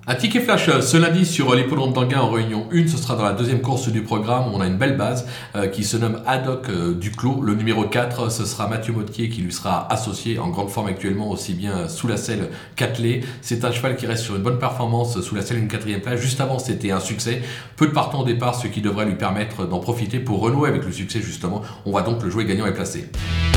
Un ticket flash ce lundi sur l'hippodrome d'Anguin en réunion 1, ce sera dans la deuxième course du programme. On a une belle base qui se nomme Haddock Duclos. Le numéro 4, ce sera Mathieu Mottier qui lui sera associé, en grande forme actuellement, aussi bien sous la selle qu'attelé. C'est un cheval qui reste sur une bonne performance sous la selle, une 4e place. Juste avant, c'était un succès. Peu de partants au départ, ce qui devrait lui permettre d'en profiter pour renouer avec le succès justement. On va donc le jouer gagnant et placé.